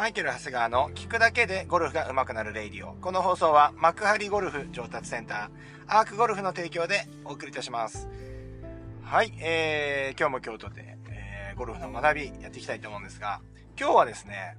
マイケル長谷川の聞くだけでゴルフが上手くなるレイディオ。この放送は幕張ゴルフ上達センターアークゴルフの提供でお送りいたします。はい、今日も京都で、ゴルフの学びやっていきたいと思うんですが、今日はですね、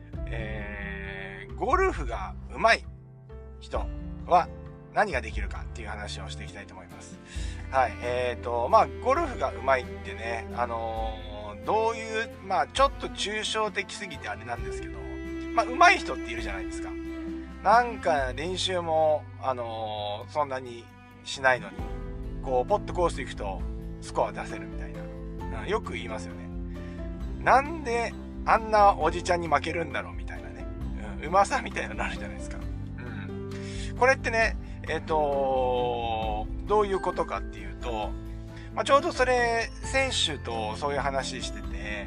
ゴルフが上手い人は何ができるかっていう話をしていきたいと思います。はい、ゴルフが上手いってね、どういう、ちょっと抽象的すぎてあれなんですけど、上手い人っているじゃないですか。なんか練習も、そんなにしないのに、こう、ポッとコース行くと、スコア出せるみたいな。よく言いますよね。なんで、あんなおじちゃんに負けるんだろうみたいなね。うまさみたいなのなるじゃないですか。これってね、どういうことかっていうと、ちょうどそれ、選手とそういう話してて、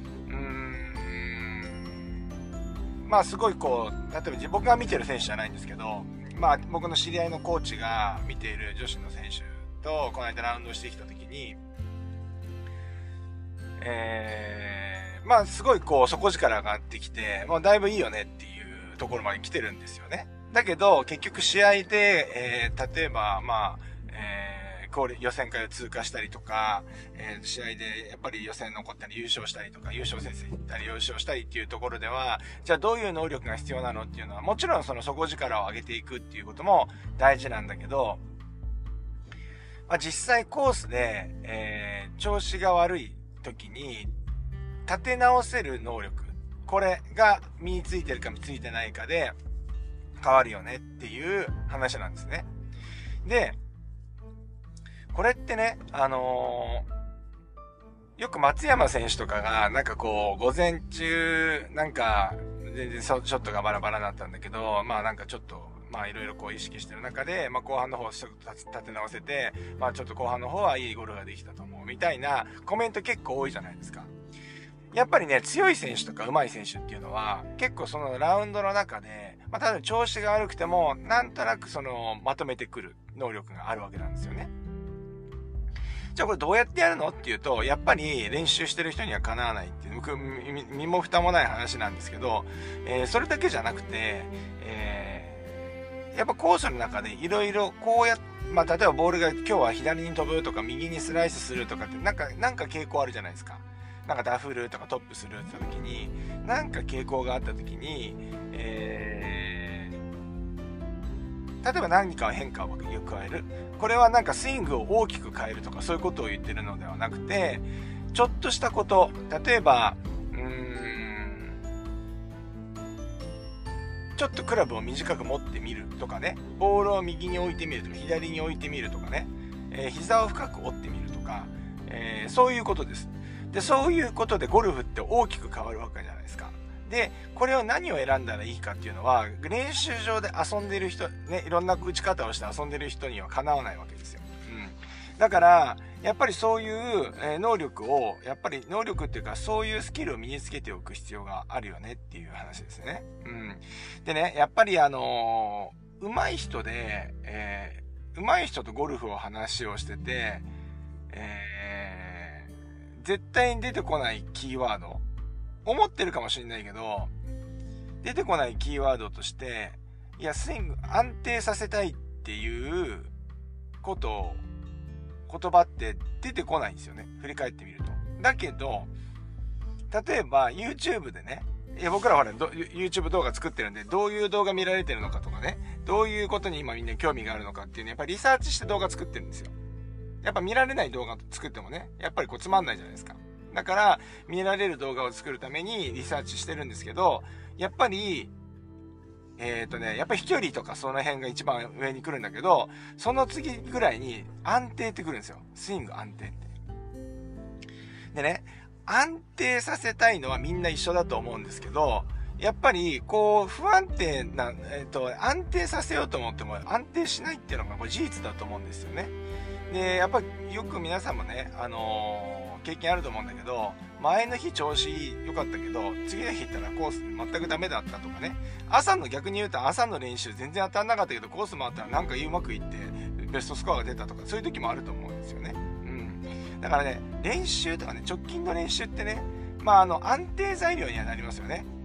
すごいこう、例えば僕が見てる選手じゃないんですけど、僕の知り合いのコーチが見ている女子の選手と、この間ラウンドしてきたときに、すごいこう、底力上がってきて、だいぶいいよねっていうところまで来てるんですよね。だけど、結局試合で、例えば、予選会を通過したりとか、試合でやっぱり予選残ったり優勝したりとか、優勝戦線行ったり優勝したりっていうところでは、じゃあどういう能力が必要なのっていうのは、もちろんその底力を上げていくっていうことも大事なんだけど、実際コースで、調子が悪い時に立て直せる能力、これが身についてるかついてないかで変わるよねっていう話なんですね。で、これってね、よく松山選手とかが、なんかこう、午前中、なんか、全然ショットがバラバラだったんだけど、なんかちょっと、いろいろこう意識してる中で、後半の方ちょっと立て直せて、ちょっと後半の方はいいゴルフができたと思う、みたいなコメント結構多いじゃないですか。やっぱりね、強い選手とか上手い選手っていうのは、結構そのラウンドの中で、ただ調子が悪くても、なんとなくその、まとめてくる能力があるわけなんですよね。じゃあこれどうやってやるのっていうと、やっぱり練習してる人にはかなわないっていう、身も蓋もない話なんですけど、それだけじゃなくて、やっぱコースの中でいろいろこうやって、例えばボールが今日は左に飛ぶとか右にスライスするとかってなんか傾向あるじゃないですか。なんかダフるとかトップするって時に、なんか傾向があった時に、例えば何か変化を加える。これはなんかスイングを大きく変えるとかそういうことを言ってるのではなくて、ちょっとしたこと、例えば、ちょっとクラブを短く持ってみるとかね、ボールを右に置いてみるとか、左に置いてみるとかね、膝を深く折ってみるとか、そういうことです。で、そういうことでゴルフって大きく変わるわけじゃないですか。で、これを何を選んだらいいかっていうのは、練習場で遊んでる人、ね、いろんな打ち方をして遊んでる人にはかなわないわけですよ。だから、やっぱりそういう、能力を、やっぱり能力っていうか、そういうスキルを身につけておく必要があるよねっていう話ですね。でね、やっぱり上手い人で、上手い人とゴルフを話をしてて、絶対に出てこないキーワード、思ってるかもしれないけど、出てこないキーワードとして、いや、スイング安定させたいっていうことを、言葉って出てこないんですよね。振り返ってみると。だけど、例えば YouTube でね、僕らほら、YouTube 動画作ってるんで、どういう動画見られてるのかとかね、どういうことに今みんな興味があるのかっていうね、やっぱりリサーチして動画作ってるんですよ。やっぱ見られない動画作ってもね、やっぱりこうつまんないじゃないですか。だから、見られる動画を作るためにリサーチしてるんですけど、やっぱり、やっぱり飛距離とかその辺が一番上に来るんだけど、その次ぐらいに安定って来るんですよ。スイング安定って。でね、安定させたいのはみんな一緒だと思うんですけど、やっぱりこう不安定な、安定させようと思っても安定しないっていうのがこれ事実だと思うんですよね。で、やっぱりよく皆さんもね、経験あると思うんだけど、前の日調子良かったけど、次の日行ったらコース全くダメだったとかね。逆に言うと朝の練習全然当たんなかったけど、コース回ったらなんかうまくいって、ベストスコアが出たとか、そういう時もあると思うんですよね。だからね、練習とかね、直近の練習ってね、安定材料にはなりますよね。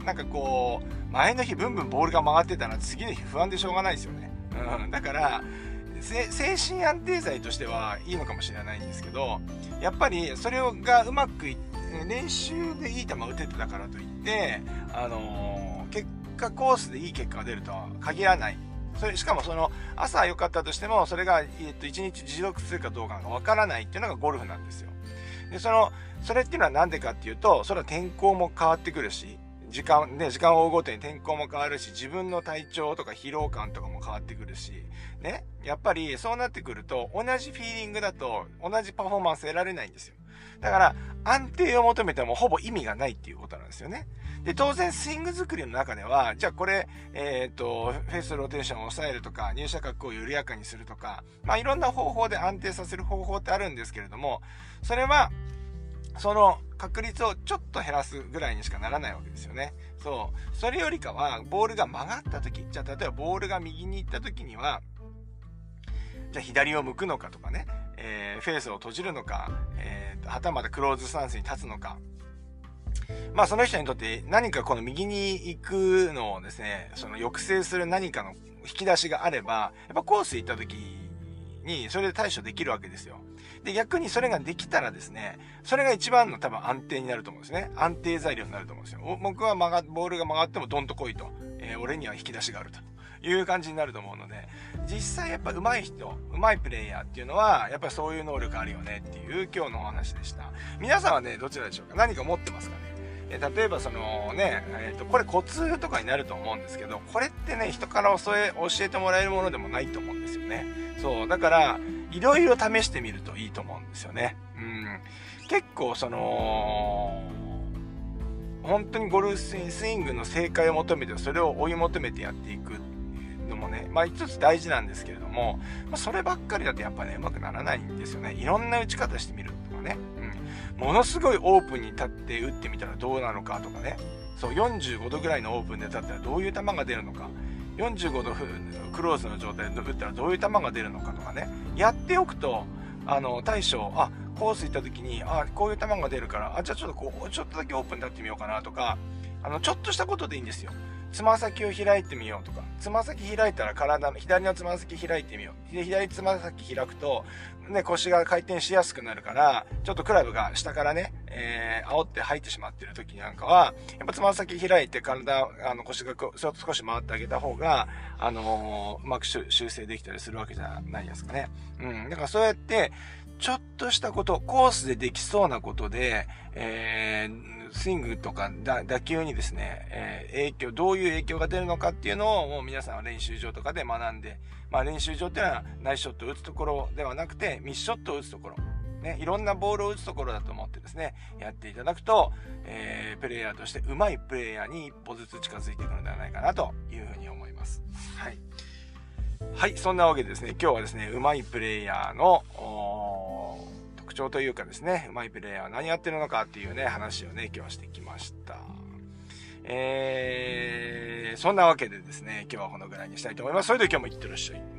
なんかこう、前の日ブンブンボールが曲がってたら次の日不安でしょうがないですよね。だから、精神安定剤としてはいいのかもしれないんですけど、やっぱりそれがうまくいって、練習でいい球打ててたからといって、結果コースでいい結果が出るとは限らない。しかもその朝良かったとしても、それが1日持続するかどうかがわからないっていうのがゴルフなんですよ。で、それっていうのはなんでかっていうと、それは天候も変わってくるし、時間を追うごとに天候も変わるし、自分の体調とか疲労感とかも変わってくるし、ね。やっぱりそうなってくると、同じフィーリングだと同じパフォーマンス得られないんですよ。だから、安定を求めてもほぼ意味がないっていうことなんですよね。で、当然スイング作りの中では、じゃあこれ、フェースローテーションを抑えるとか、入射角を緩やかにするとか、まあいろんな方法で安定させる方法ってあるんですけれども、それは、その確率をちょっと減らすぐらいにしかならないわけですよね。そう。それよりかは、ボールが曲がった時、じゃあ例えばボールが右に行った時には、じゃあ左を向くのかとかね、フェースを閉じるのか、はたまたクローズスタンスに立つのか。まあその人にとって何かこの右に行くのをですね、その抑制する何かの引き出しがあれば、やっぱコース行った時にそれで対処できるわけですよ。で、逆にそれができたらですね、それが一番の多分安定になると思うんですね。安定材料になると思うんですよ。僕はボールが曲がってもドンと来いと。俺には引き出しがあるという感じになると思うので、実際やっぱ上手い人、上手いプレイヤーっていうのは、やっぱりそういう能力あるよねっていう今日のお話でした。皆さんはね、どちらでしょうか？何か持ってますかね？例えばそのね、これコツとかになると思うんですけど、これってね、人から教えてもらえるものでもないと思うんですよね。そう、だから、いろいろ試してみるといいと思うんですよね。結構その、本当にゴルフスイングの正解を求めて、それを追い求めてやっていくのもね、まあ一つ大事なんですけれども、そればっかりだとやっぱね、うまくならないんですよね。いろんな打ち方してみるとかね。ものすごいオープンに立って打ってみたらどうなのかとかね。そう、45度ぐらいのオープンで立ったらどういう球が出るのか。45度クローズの状態で打ったらどういう球が出るのかとかね。やっておくと、大将、コース行った時に、こういう球が出るから、じゃあちょっとだけオープンに立ってみようかなとか、ちょっとしたことでいいんですよ。つま先を開いてみようとか、つま先開いたら左のつま先開いてみよう。で、左つま先開くと、ね、腰が回転しやすくなるから、ちょっとクラブが下からね、煽って入ってしまってる時なんかは、やっぱつま先開いて腰が少し回ってあげた方が、うまく修正できたりするわけじゃないですかね。だからそうやって、ちょっとしたこと、コースでできそうなことで、スイングとか打球にですね、どういう影響が出るのかっていうのをもう皆さんは練習場とかで学んで、練習場っていうのはナイスショットを打つところではなくて、ミスショットを打つところ、ね、いろんなボールを打つところだと思ってですね、やっていただくと、プレイヤーとして上手いプレイヤーに一歩ずつ近づいていくのではないかなというふうに思います。はい。はい、そんなわけでですね、今日はですね、上手いプレイヤーの特徴というかですね、上手いプレイヤーは何やってるのかっていうね、話をね、今日はしてきました。そんなわけでですね、今日はこのぐらいにしたいと思います。それでは今日もいってらっしゃい。